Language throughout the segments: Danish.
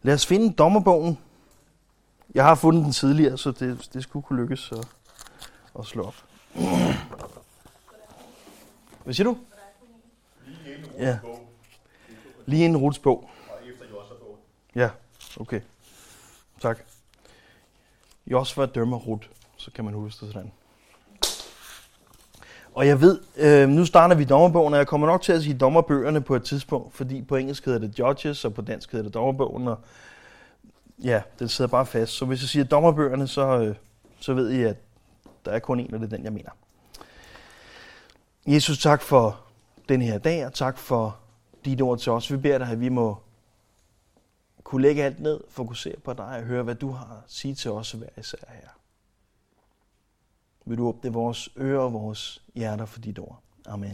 Lad os finde dommerbogen. Jeg har fundet den tidligere, så det skulle kunne lykkes at slå op. Hvad siger du? Ja. Lige en Ruths bog. Og efter Josva bog. Ja, okay. Tak. Josva dømmer Ruth, så kan man huske det sådan. Og jeg ved, nu starter vi dommerbogen, og jeg kommer nok til at sige dommerbøgerne på et tidspunkt, fordi på engelsk hedder det Judges, og på dansk hedder det dommerbogen, og ja, det sidder bare fast. Så hvis jeg siger dommerbøgerne, så ved I, at der er kun en, og det er den, jeg mener. Jesus, tak for den her dag, og tak for dine ord til os. Vi beder dig, at vi må kunne lægge alt ned, fokusere på dig og høre, hvad du har at sige til os hver især her. Vil du åbne vores ører og vores hjerter for dit ord. Amen.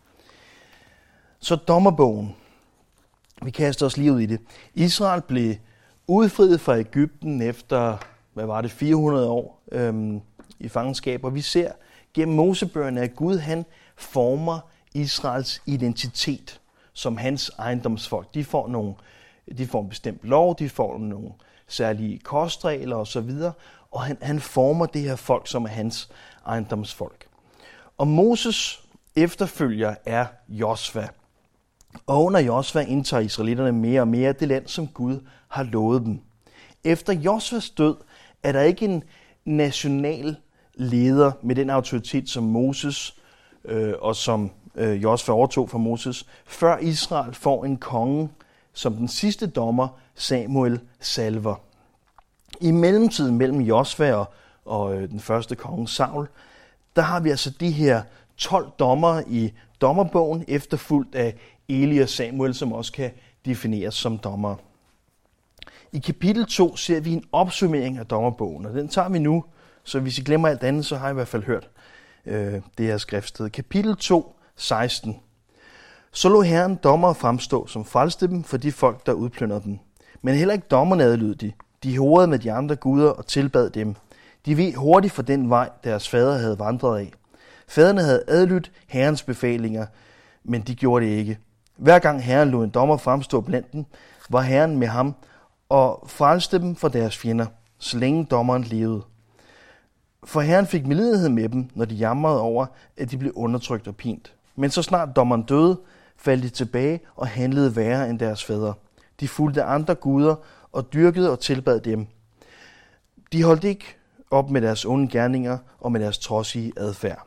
Så dommerbogen. Vi kaster os lige ud i det. Israel blev udfriet fra Egypten efter, 400 år i fangenskab. Og vi ser gennem Mosebøgerne, at Gud han former Israels identitet som hans ejendomsfolk. De får en bestemt lov, de får nogle særlige kostregler osv., og han former det her folk, som er hans ejendomsfolk. Og Moses efterfølger er Josva. Og under Josva indtager israelitterne mere og mere det land, som Gud har lovet dem. Efter Josvas død er der ikke en national leder med den autoritet, som Moses og som Josva overtog fra Moses, før Israel får en konge, som den sidste dommer Samuel salver. I mellemtiden mellem Josva og den første konge Saul, der har vi altså de her 12 dommere i dommerbogen, efterfulgt af Eli og Samuel, som også kan defineres som dommere. I kapitel 2 ser vi en opsummering af dommerbogen, og den tager vi nu, så hvis I glemmer alt andet, så har I i hvert fald hørt det her skriftsted. Kapitel 2, 16. Så lod Herren dommere fremstå, som frelste dem for de folk, der udplyndrede dem. Men heller ikke dommerne adlød de. De horede med de andre guder og tilbad dem. De veg hurtigt for den vej, deres fader havde vandret af. Faderne havde adlydt Herrens befalinger, men de gjorde det ikke. Hver gang Herren lod en dommer fremstå blandt dem, var Herren med ham og frelste dem fra deres fjender, så længe dommeren levede. For Herren fik medlidenhed med dem, når de jamrede over, at de blev undertrykt og pint. Men så snart dommeren døde, faldt de tilbage og handlede værre end deres fædre. De fulgte andre guder og dyrkede og tilbad dem. De holdt ikke op med deres onde gerninger og med deres trodsige adfærd.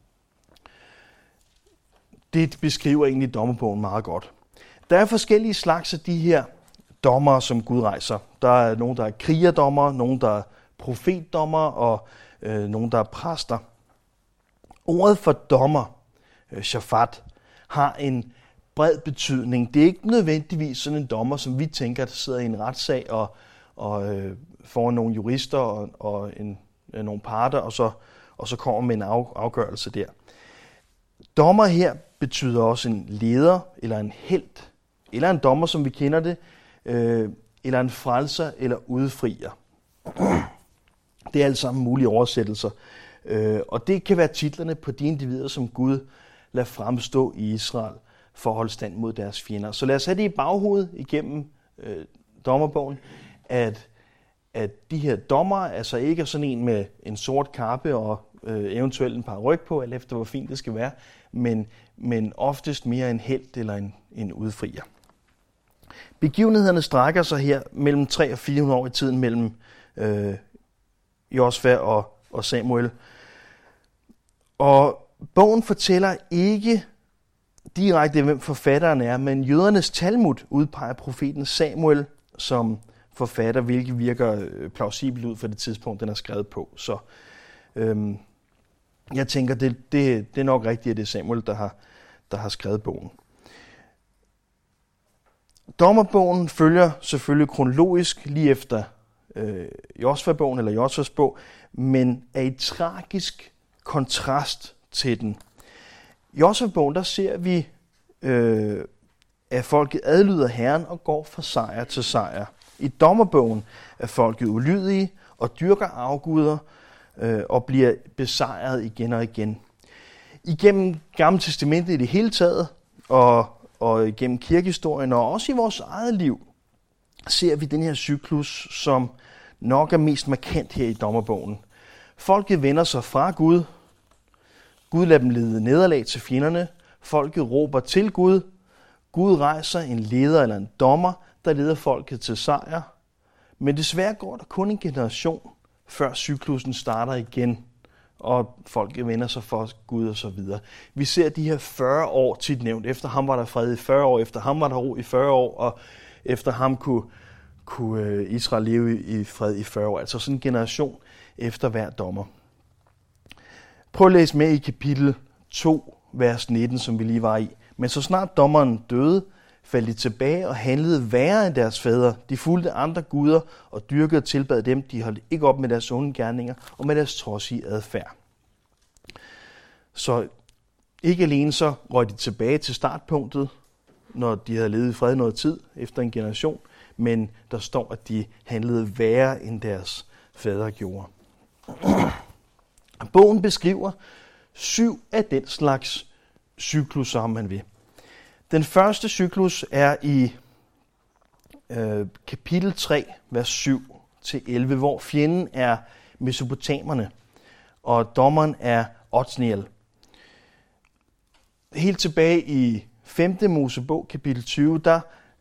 Det beskriver egentlig dommerbogen meget godt. Der er forskellige slags af de her dommere, som Gud rejser. Der er nogen, der er krigerdommer, nogen, der er profetdommer og nogen, der er præster. Ordet for dommer, shafat, har en bred betydning. Det er ikke nødvendigvis sådan en dommer, som vi tænker, der sidder i en retssag og får nogle jurister og nogle parter, og så kommer med en afgørelse der. Dommer her betyder også en leder, eller en helt, eller en dommer, som vi kender det, eller en frelser, eller udfrier. Det er alle sammen mulige oversættelser. Og det kan være titlerne på de individer, som Gud lader fremstå i Israel for at holde stand mod deres fjender. Så lad os have det i baghovedet igennem dommerbogen, at de her dommer altså ikke er sådan en med en sort kappe og eventuelt en par ryg på, eller efter hvor fint det skal være, men oftest mere en helt eller en udfrier. Begivenhederne strækker sig her mellem 300 og 400 år i tiden mellem Josva og Samuel. Og bogen fortæller ikke direkte, hvem forfatteren er, men jødernes Talmud udpeger profeten Samuel som forfatter, hvilket virker plausibelt ud for det tidspunkt, den er skrevet på. Så jeg tænker, det er nok rigtigt, at det er Samuel, der har skrevet bogen. Dommerbogen følger selvfølgelig kronologisk lige efter Josva-bogen eller Josvas bog, men er i tragisk kontrast til den. I Josva-bogen, der ser vi, at folket adlyder Herren og går fra sejr til sejr. I dommerbogen er folket ulydige og dyrker afguder og bliver besejret igen og igen. Igennem Gamle Testamentet i det hele taget, og igennem kirkehistorien, og også i vores eget liv, ser vi den her cyklus, som nok er mest markant her i dommerbogen. Folket vender sig fra Gud. Gud lader dem lide nederlag til fjenderne. Folket råber til Gud. Gud rejser en leder eller en dommer, der leder folket til sejr. Men desværre går der kun en generation, før cyklusen starter igen, og folket vender sig for Gud og så videre. Vi ser de her 40 år tit nævnt. Efter ham var der fred i 40 år, efter ham var der ro i 40 år, og efter ham kunne Israel leve i fred i 40 år. Altså sådan en generation efter hver dommer. Prøv at læse med i kapitel 2, vers 19, som vi lige var i. Men så snart dommeren døde, faldt de tilbage og handlede værre end deres fædre. De fulgte andre guder og dyrkede og tilbad dem. De holdt ikke op med deres onde gerninger og med deres trodsige adfærd. Så ikke alene så røg de tilbage til startpunktet, når de havde levet i fred noget tid efter en generation, men der står, at de handlede værre end deres fædre gjorde. Bogen beskriver 7 af den slags cykluser, om man vil. Den første cyklus er i kapitel 3, vers 7-11, hvor fjenden er mesopotamerne, og dommeren er Otniel. Helt tilbage i 5. Mosebog, kapitel 20, der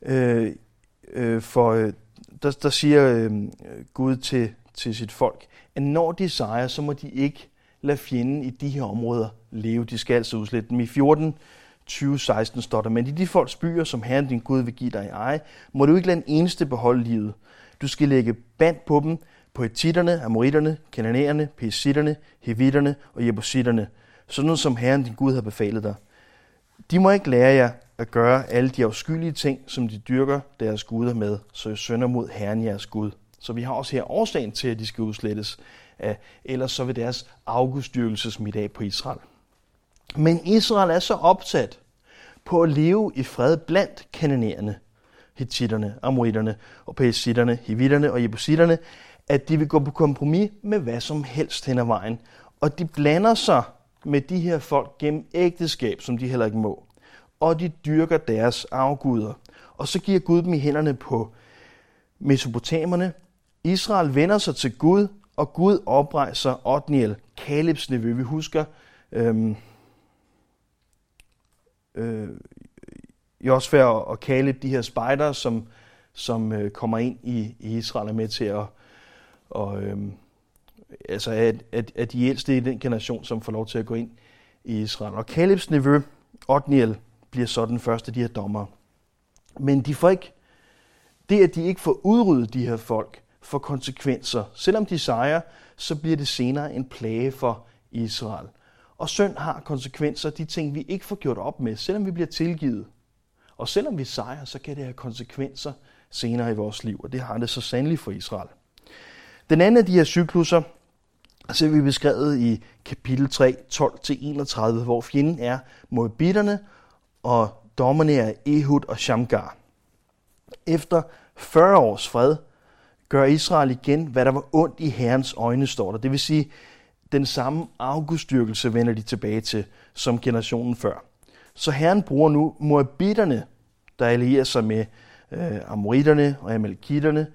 siger Gud til sit folk, at når de sejrer, så må de ikke lade fjenden i de her områder leve. De skal altså udslette dem. I 14:20-16 står der, men i de folks byer, som Herren din Gud vil give dig i eje, må du ikke lade en eneste beholde livet. Du skal lægge band på dem, på hetitterne, amoritterne, kananæerne, perissitterne, hevitterne og jebusitterne, sådan noget som Herren din Gud har befalet dig. De må ikke lære jer at gøre alle de afskyelige ting, som de dyrker deres guder med, så I synder mod Herren jeres Gud. Så vi har også her årsagen til, at de skal udslettes. Ellers så vil deres afgudstyrkelse smitte af på Israel. Men Israel er så opsat på at leve i fred blandt kananæerne, hetitterne, amoritterne og perissitterne, hevitterne og jebusitterne, at de vil gå på kompromis med hvad som helst hen ad vejen. Og de blander sig med de her folk gennem ægteskab, som de heller ikke må. Og de dyrker deres afguder. Og så giver Gud dem i hænderne på mesopotamerne. Israel vender sig til Gud, og Gud oprejser Otniel, Kalebs nevø. Vi husker Josva og Kaleb, de her spejdere, som kommer ind i Israel, er med til at de ældste i den generation, som får lov til at gå ind i Israel. Og Kalebs nevø, Otniel, bliver så den første af de her dommere. Men de at de ikke får udryddet de her folk, får konsekvenser. Selvom de sejrer, så bliver det senere en plage for Israel. Og synd har konsekvenser, de ting vi ikke får gjort op med, selvom vi bliver tilgivet. Og selvom vi sejrer, så kan det have konsekvenser senere i vores liv, og det har det så sandelig for Israel. Den anden af de her cykluser ser vi beskrevet i kapitel 3, 12-31, hvor fjenden er moabitterne, og dommerne er Ehud og Shamgar. Efter 40 års fred gør Israel igen, hvad der var ondt i Herrens øjne, står der. Det vil sige, den samme afgudstyrkelse vender de tilbage til, som generationen før. Så Herren bruger nu moabitterne, der allierer sig med amoritterne og amalekitterne,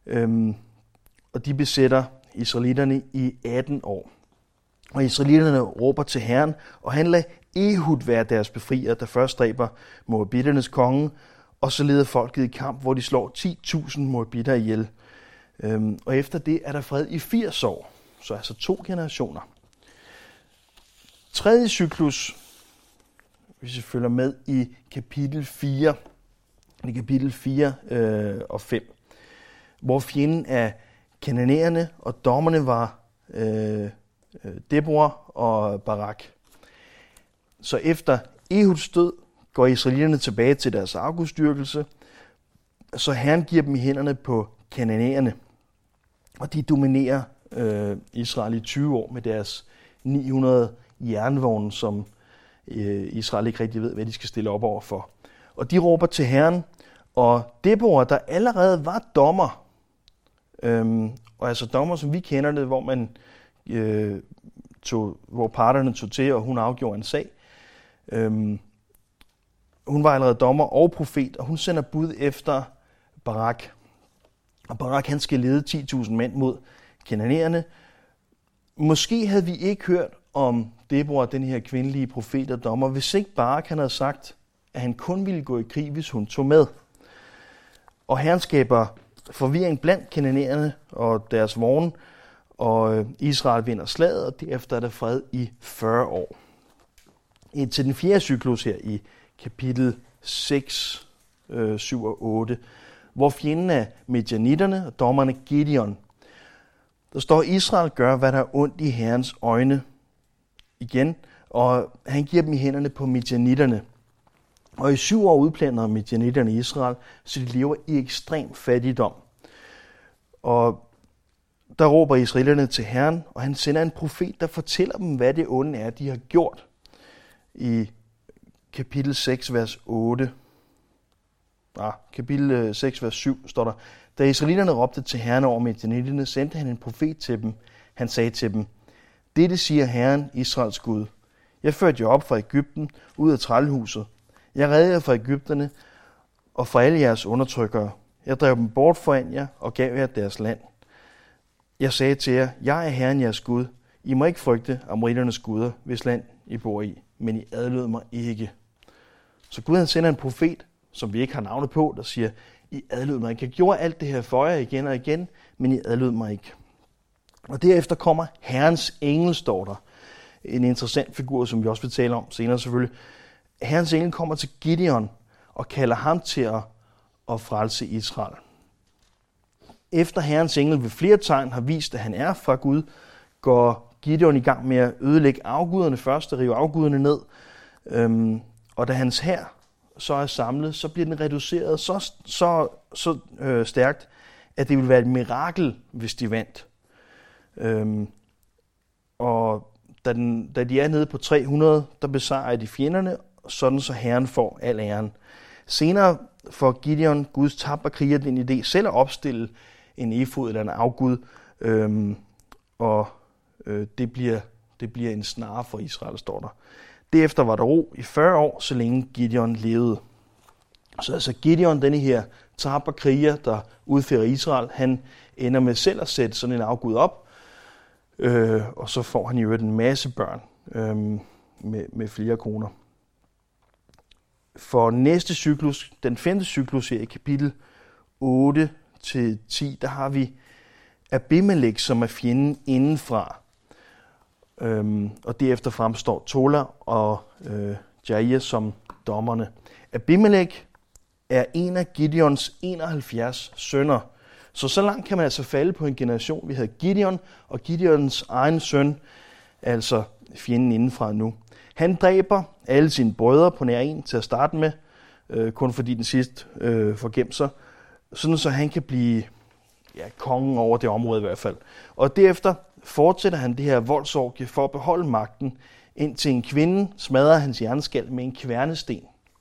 og de besætter israelitterne i 18 år. Og israelitterne råber til Herren, og han lader Ehud være deres befrier, der først dræber moabitternes konge, og så leder folket i kamp, hvor de slår 10.000 moabitter ihjel. Og efter det er der fred i 80 år, så altså 2 generationer. Tredje cyklus, hvis vi følger med i kapitel 4, i kapitel 4 og 5, hvor fjenden af kananæerne og dommerne var Deborah og Barak. Så efter Ehuds død går israelitterne tilbage til deres afgudstyrkelse, så Herren giver dem i hænderne på kananæerne, og de dominerer Israel i 20 år med deres 900 jernvogne, som Israel ikke rigtig ved, hvad de skal stille op over for. Og de råber til Herren, og Deborah, der allerede var dommer, og altså dommer, som vi kender det, hvor man hvor parterne tog til, og hun afgjorde en sag. Hun var allerede dommer og profet, og hun sender bud efter Barak, Og Barak han skal lede 10.000 mænd mod kananæerne. Måske havde vi ikke hørt om Deborah, den her kvindelige profet og dommer, hvis ikke Barak han havde sagt, at han kun ville gå i krig, hvis hun tog med. Og Herren skaber forvirring blandt kananæerne og deres vogne, og Israel vinder slaget, og derefter er der fred i 40 år. Indtil den 4. cyklus her i kapitel 6, 7 og 8, hvor fjenden er Midianitterne og dommerne Gideon. Der står, at Israel gør, hvad der er ondt i Herrens øjne igen, og han giver dem i hænderne på Midianitterne. Og i 7 år udplaner Midianitterne Israel, så de lever i ekstrem fattigdom. Og der råber israelitterne til Herren, og han sender en profet, der fortæller dem, hvad det onde er, de har gjort. I kapitel 6, vers 8. Kapitel 6, vers 7 står der, da israelitterne råbte til Herren over Midianitterne, sendte han en profet til dem. Han sagde til dem, dette siger Herren, Israels Gud. Jeg førte jer op fra Egypten, ud af trællehuset. Jeg reddede jer fra Egypterne og fra alle jeres undertrykkere. Jeg drev dem bort foran jer og gav jer deres land. Jeg sagde til jer, jeg er Herren jeres Gud. I må ikke frygte amoritternes guder, hvis land I bor i, men I adlød mig ikke. Så Gud han sender en profet, som vi ikke har navnet på, der siger, I adlød mig ikke. Jeg gjorde alt det her for jer igen og igen, men I adlød mig ikke. Og derefter kommer Herrens engel, står der. En interessant figur, som vi også vil tale om senere selvfølgelig. Herrens engel kommer til Gideon og kalder ham til at frelse Israel. Efter Herrens engel ved flere tegn har vist, at han er fra Gud, går Gideon i gang med at ødelægge afguderne først, at rive afguderne ned. Og da hans hær så er samlet, så bliver den reduceret så stærkt, at det vil være et mirakel, hvis de vandt. Og da de er nede på 300, der besejrer de fjenderne, sådan så Herren får al æren. Senere får Gideon, Guds tapre kriger, den idé selv at opstille en efod eller en afgud, det bliver en snare for Israel, står der. Derefter var der ro i 40 år, så længe Gideon levede. Så altså Gideon, denne her tapre kriger, der udfører Israel, han ender med selv at sætte sådan en afgud op, og så får han i øvrigt en masse børn med flere koner. For næste cyklus, den 5. cyklus her i kapitel 8 til 10, der har vi Abimelech, som er fjenden indenfra. Og derefter fremstår Tola og Jair som dommerne. Abimelech er en af Gideons 71 sønner. Så langt kan man altså falde på en generation. Vi havde Gideon og Gideons egen søn, altså fjenden indenfra nu. Han dræber alle sine brødre på nær en til at starte med, kun fordi den sidste forgemt sig, sådan så han kan blive kongen over det område i hvert fald. Og derefter fortsætter han det her voldsorgie for at beholde magten, indtil en kvinde smadrer hans hjerneskal med en kværnesten.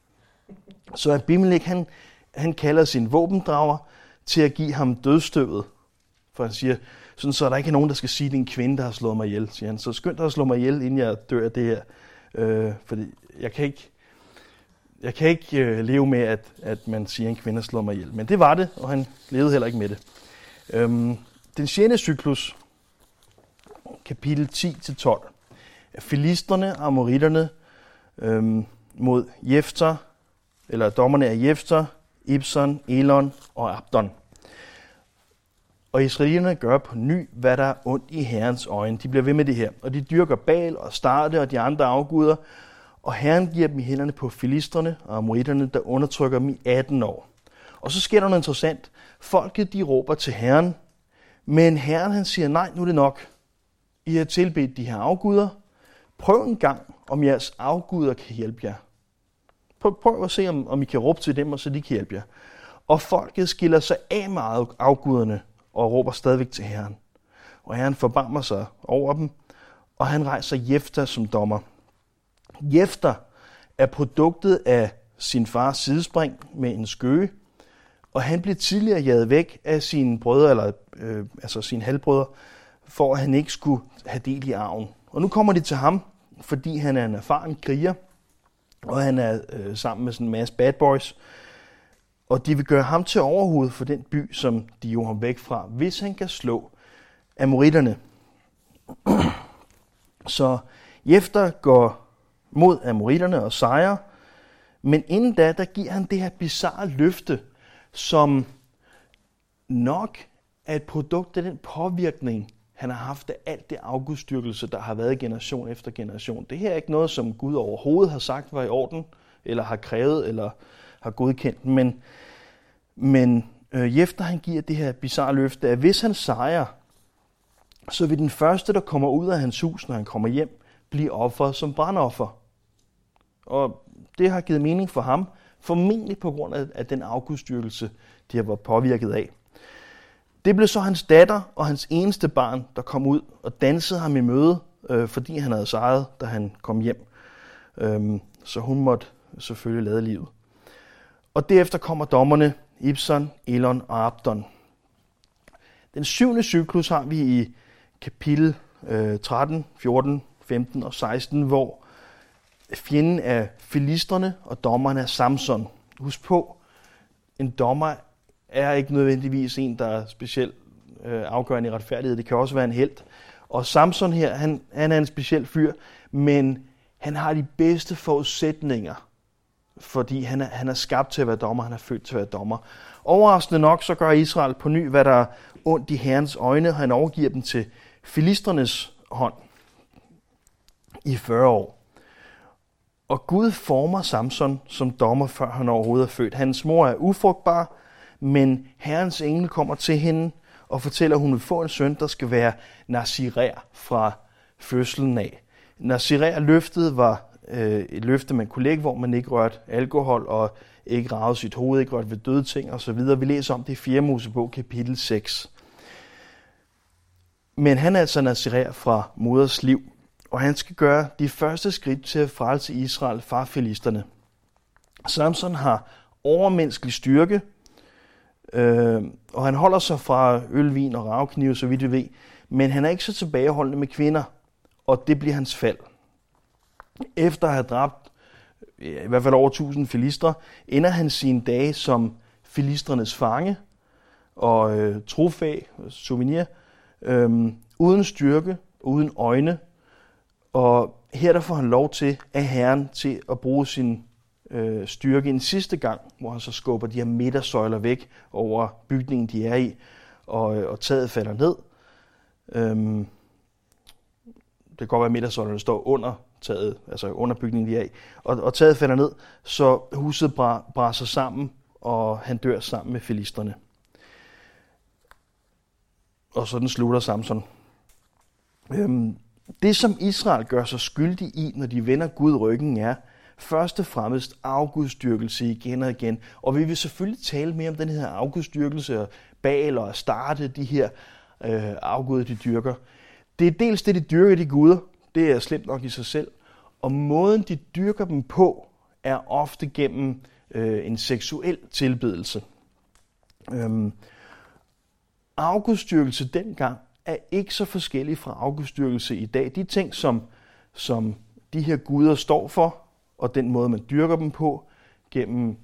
Så Abimelech, han kalder sin våbendrager til at give ham dødsstøvet. For han siger, sådan så der ikke er nogen, der skal sige, at det er en kvinde, der har slået mig ihjel, siger han. Så skynd dig at slå mig ihjel, inden jeg dør af det her. Fordi jeg kan ikke leve med, at man siger, at en kvinde har slået mig ihjel. Men det var det, og han levede heller ikke med det. Den 6. cyklus, kapitel 10-12. Filisterne, amoritterne mod Jefter, eller dommerne af Jefter, Ibson, Elon og Abdon. Og israelitterne gør på ny, hvad der er ondt i Herrens øjne. De bliver ved med det her. Og de dyrker Baal og Starte og de andre afguder. Og Herren giver dem i hænderne på filisterne og amoritterne, der undertrykker dem i 18 år. Og så sker der noget interessant. Folket de råber til Herren, men Herren han siger, nej, nu er det nok. I har tilbedt de her afguder. Prøv en gang, om jeres afguder kan hjælpe jer. Prøv at se, om I kan råbe til dem, og så de kan hjælpe jer. Og folket skiller sig af med afguderne og råber stadigvæk til Herren. Og Herren forbarmer sig over dem, og han rejser Jefter som dommer. Jefter er produktet af sin fars sidespring med en skøge, og han blev tidligere jaget væk af sine brødre, altså sine halvbrødre, for at han ikke skulle have del i arven. Og nu kommer de til ham, fordi han er en erfaren kriger, og han er sammen med sådan en masse bad boys. Og de vil gøre ham til overhoved for den by, som de jo ham væk fra, hvis han kan slå amoritterne. Så Jefter går mod amoritterne og sejrer, men inden da, der giver han det her bizarre løfte, som nok er et produkt af den påvirkning, han har haft af alt det afgudstyrkelse, der har været generation efter generation. Det her er ikke noget, som Gud overhovedet har sagt var i orden, eller har krævet, eller har godkendt. Men Jefter han giver det her bizarre løfte, at hvis han sejrer, så vil den første, der kommer ud af hans hus, når han kommer hjem, blive offeret som brandoffer. Og det har givet mening for ham, formentlig på grund af den afgudstyrkelse, de har været påvirket af. Det blev så hans datter og hans eneste barn, der kom ud og dansede ham i møde, fordi han havde sejret, da han kom hjem. Så hun måtte selvfølgelig lade livet. Og derefter kommer dommerne Ibzan, Elon og Abdon. Den 7. cyklus har vi i kapitel 13, 14, 15 og 16, hvor fjenden er filisterne, og dommeren er Samson. Husk på, en dommer er ikke nødvendigvis en, der er specielt afgørende i retfærdighed. Det kan også være en helt. Og Samson her, han er en speciel fyr, men han har de bedste forudsætninger, fordi han er skabt til at være dommer, han er født til at være dommer. Overraskende nok, så gør Israel på ny, hvad der er ondt i Herrens øjne. Han overgiver dem til filisternes hånd i 40 år. Og Gud former Samson som dommer, før han overhovedet er født. Hans mor er ufrugtbar, men Herrens engel kommer til hende og fortæller, at hun vil få en søn, der skal være nazirer fra fødslen af. Nazirer-løftet var et løfte, man kunne lægge, hvor man ikke rørte alkohol og ikke ragede sit hoved, ikke rørte ved døde ting osv. Vi læser om det i 4. Mosebog, kapitel 6. Men han er altså nazirer fra moders liv, og han skal gøre de første skridt til at frelse Israel fra filisterne. Samson har overmenneskelig styrke, og han holder sig fra øl, vin og ravknive, så vidt vi ved, men han er ikke så tilbageholdende med kvinder, og det bliver hans fald. Efter at have dræbt i hvert fald over 1000 filistre, ender han sine dage som filistrenes fange og trofæ, souvenir, uden styrke, uden øjne. Og her der får han lov til af Herren til at bruge sin styrke en sidste gang, hvor han så skubber de her midtersøjler væk over bygningen, de er i, og taget falder ned. Det kan godt være, at midtersøjlerne står under taget, altså under bygningen, de er i, og taget falder ned, så huset braser sammen, og han dør sammen med filisterne. Og sådan slutter Samson. Det, som Israel gør sig skyldig i, når de vender Gud ryggen, er først og fremmest afgudstyrkelse igen og igen. Og vi vil selvfølgelig tale mere om den her afgudstyrkelse og Baal og starte de her afguder, de dyrker. Det er dels det, de dyrker, de guder. Det er slemt nok i sig selv. Og måden, de dyrker dem på, er ofte gennem en seksuel tilbedelse. Afgudstyrkelse dengang er ikke så forskellig fra afgudstyrkelse i dag. De ting, som de her guder står for, og den måde, man dyrker dem på, gennem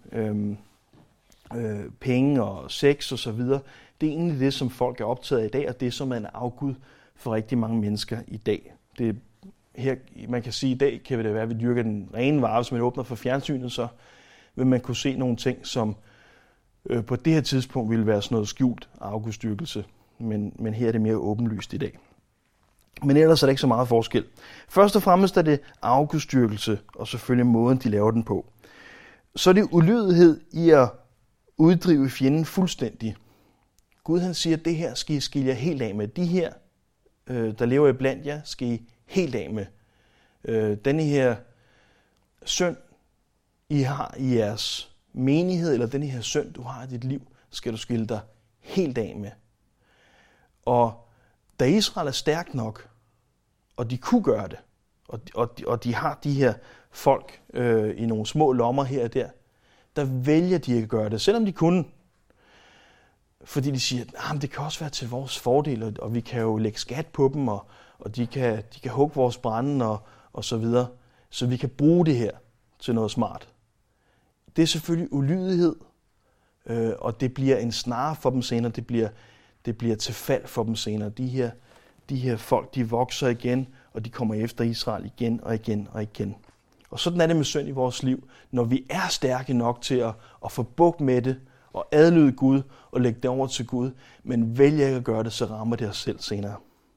penge og sex osv., det er egentlig det, som folk er optaget af i dag, og det, som er en afgud for rigtig mange mennesker i dag. Det her, man kan sige, at i dag kan det være, at vi dyrker den rene vare. Hvis man åbner for fjernsynet, så vil man kunne se nogle ting, som på det her tidspunkt ville være sådan noget skjult afgudstyrkelse. Men her er det mere åbenlyst i dag. Men ellers er der ikke så meget forskel. Først og fremmest er det afgudstyrkelse, og selvfølgelig måden, de laver den på. Så er det ulydighed i at uddrive fjenden fuldstændig. Gud han siger, at det her skal I skille jer helt af med. De her, der lever i blandt jer, skal I helt af med. Denne her synd, I har i jeres menighed, eller denne her synd, du har i dit liv, skal du skille dig helt af med. Og da Israel er stærk nok, og de kunne gøre det, og de har de her folk i nogle små lommer her og der vælger de ikke at gøre det, selvom de kunne. Fordi de siger, at det kan også være til vores fordel, og vi kan jo lægge skat på dem, og de kan hugge vores brænde og så videre, så vi kan bruge det her til noget smart. Det er selvfølgelig ulydighed, og det bliver en snare for dem senere, det bliver til fald for dem senere. De her folk, de vokser igen, og de kommer efter Israel igen og igen og igen. Og sådan er det med synd i vores liv. Når vi er stærke nok til at få bugt med det, og adlyde Gud, og lægge det over til Gud, men vælger ikke at gøre det, så rammer det os selv senere.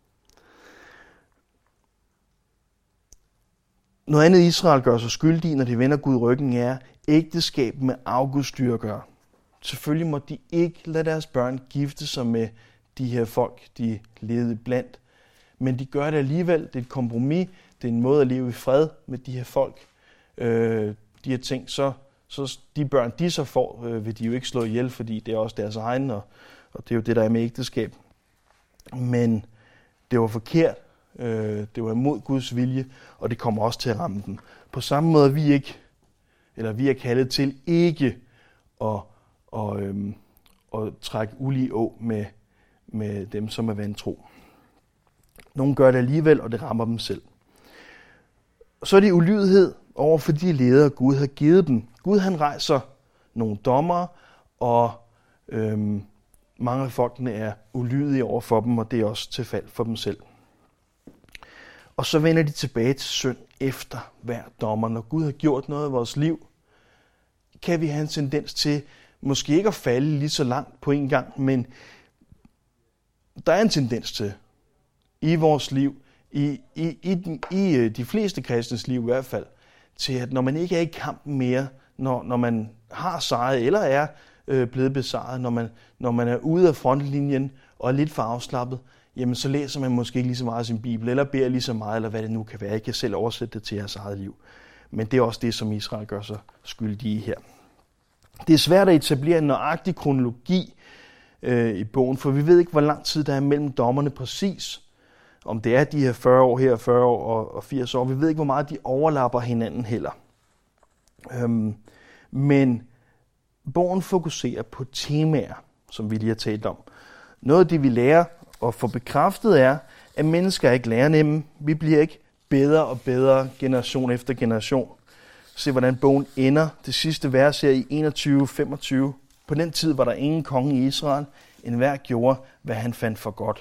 Noget andet Israel gør sig skyldige, når de vender Gud ryggen, er ægteskab med afgudstyrkere. Selvfølgelig må de ikke lade deres børn gifte sig med de her folk, de levede blandt. Men de gør det alligevel. Det er et kompromis. Det er en måde at leve i fred med de her folk. De her ting, så de børn, de så får, vil de jo ikke slå ihjel, fordi det er også deres egen, og det er jo det, der er med ægteskab. Men det var forkert. Det var imod Guds vilje, og det kommer også til at ramme dem. På samme måde vi er kaldet til ikke at trække ulige å med dem, som er vantro. Nogle gør det alligevel, og det rammer dem selv. Så er det ulydighed over for de ledere, Gud har givet dem. Gud han rejser nogle dommere, og mange af folkene er ulydige over for dem, og det er også til fald for dem selv. Og så vender de tilbage til synd efter hver dommer. Når Gud har gjort noget i vores liv, kan vi have en tendens til måske ikke at falde lige så langt på en gang, men der er en tendens til i vores liv, i de fleste kristnes liv i hvert fald, til at når man ikke er i kampen mere, når man har sejret eller er blevet besejret, når man er ude af frontlinjen og er lidt for afslappet, jamen så læser man måske ikke lige så meget af sin bibel, eller beder lige så meget, eller hvad det nu kan være. Jeg kan selv oversætte det til jeres eget liv. Men det er også det, som Israel gør sig skyldige i her. Det er svært at etablere en nøjagtig kronologi i bogen, for vi ved ikke, hvor lang tid der er mellem dommerne præcis. Om det er de her 40 år her, 40 år og 80 år. Vi ved ikke, hvor meget de overlapper hinanden heller. Men bogen fokuserer på temaer, som vi lige har talt om. Noget af det, vi lærer og får bekræftet, er, at mennesker ikke lærer nemme. Vi bliver ikke bedre og bedre generation efter generation. Se, hvordan bogen ender. Det sidste vers her i 21:25. På den tid var der ingen konge i Israel. Enhver gjorde, hvad han fandt for godt.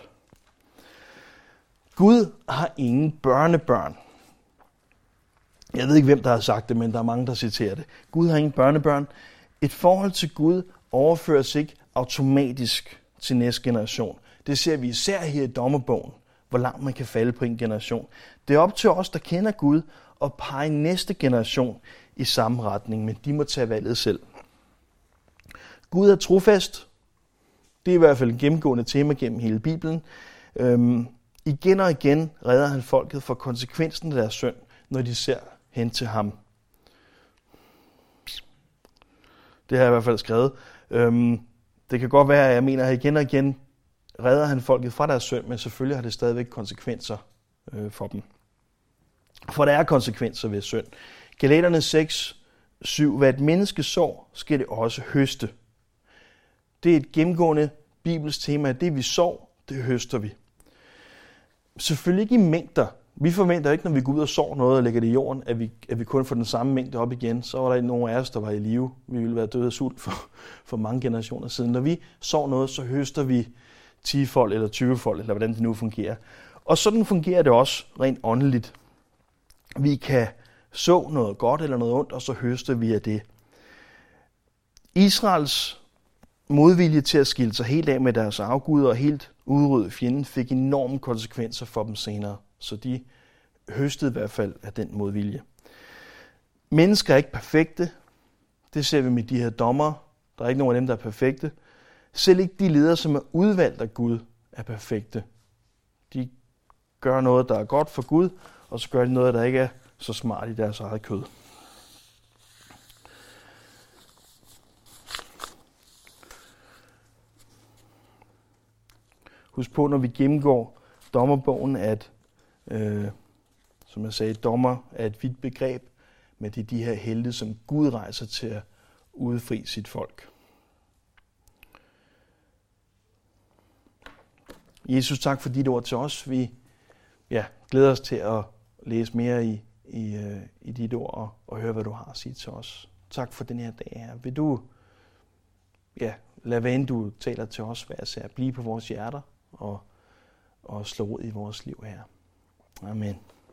Gud har ingen børnebørn. Jeg ved ikke, hvem der har sagt det, men der er mange, der citerer det. Gud har ingen børnebørn. Et forhold til Gud overføres ikke automatisk til næste generation. Det ser vi især her i dommerbogen, hvor langt man kan falde på en generation. Det er op til os, der kender Gud, at pege næste generation i samme retning, men de må tage valget selv. Gud er trofast. Det er i hvert fald et gennemgående tema gennem hele Bibelen. Igen og igen redder han folket for konsekvensen af deres synd, når de ser hen til ham. Det har jeg i hvert fald skrevet. Det kan godt være, at jeg mener, at igen og igen redder han folket fra deres synd, men selvfølgelig har det stadigvæk konsekvenser for dem. For der er konsekvenser ved synd. Galaterne 6:7. Hvad et menneske sår, skal det også høste. Det er et gennemgående bibelsk tema, at det vi sår, det høster vi. Selvfølgelig ikke i mængder. Vi forventer ikke, når vi går ud og sår noget og lægger det i jorden, at vi kun får den samme mængde op igen. Så var der ikke nogen af os, der var i live. Vi ville være døde af sult for mange generationer siden. Når vi sår noget, så høster vi 10-fold eller 20-fold, eller hvordan det nu fungerer. Og sådan fungerer det også rent åndeligt. Vi kan så noget godt eller noget ondt, og så høster vi af det. Israels modvilje til at skille sig helt af med deres afguder og helt udrydde fjenden fik enorme konsekvenser for dem senere. Så de høstede i hvert fald af den modvilje. Mennesker er ikke perfekte. Det ser vi med de her dommere. Der er ikke nogen af dem, der er perfekte. Selv ikke de ledere, som er udvalgt af Gud, er perfekte. De gør noget, der er godt for Gud, og så gør de noget, der ikke er så smart i deres eget kød. Husk på, når vi gennemgår dommerbogen, at, som jeg sagde, dommer er et vidt begreb, men det er de her helte, som Gud rejser til at udfri sit folk. Jesus, tak for dit ord til os. Vi glæder os til at læse mere i dit ord og høre, hvad du har at sige til os. Tak for den her dag her. Vil du lad hvad end du taler til os, hver især, blive på vores hjerter og slå rod i vores liv her. Amen.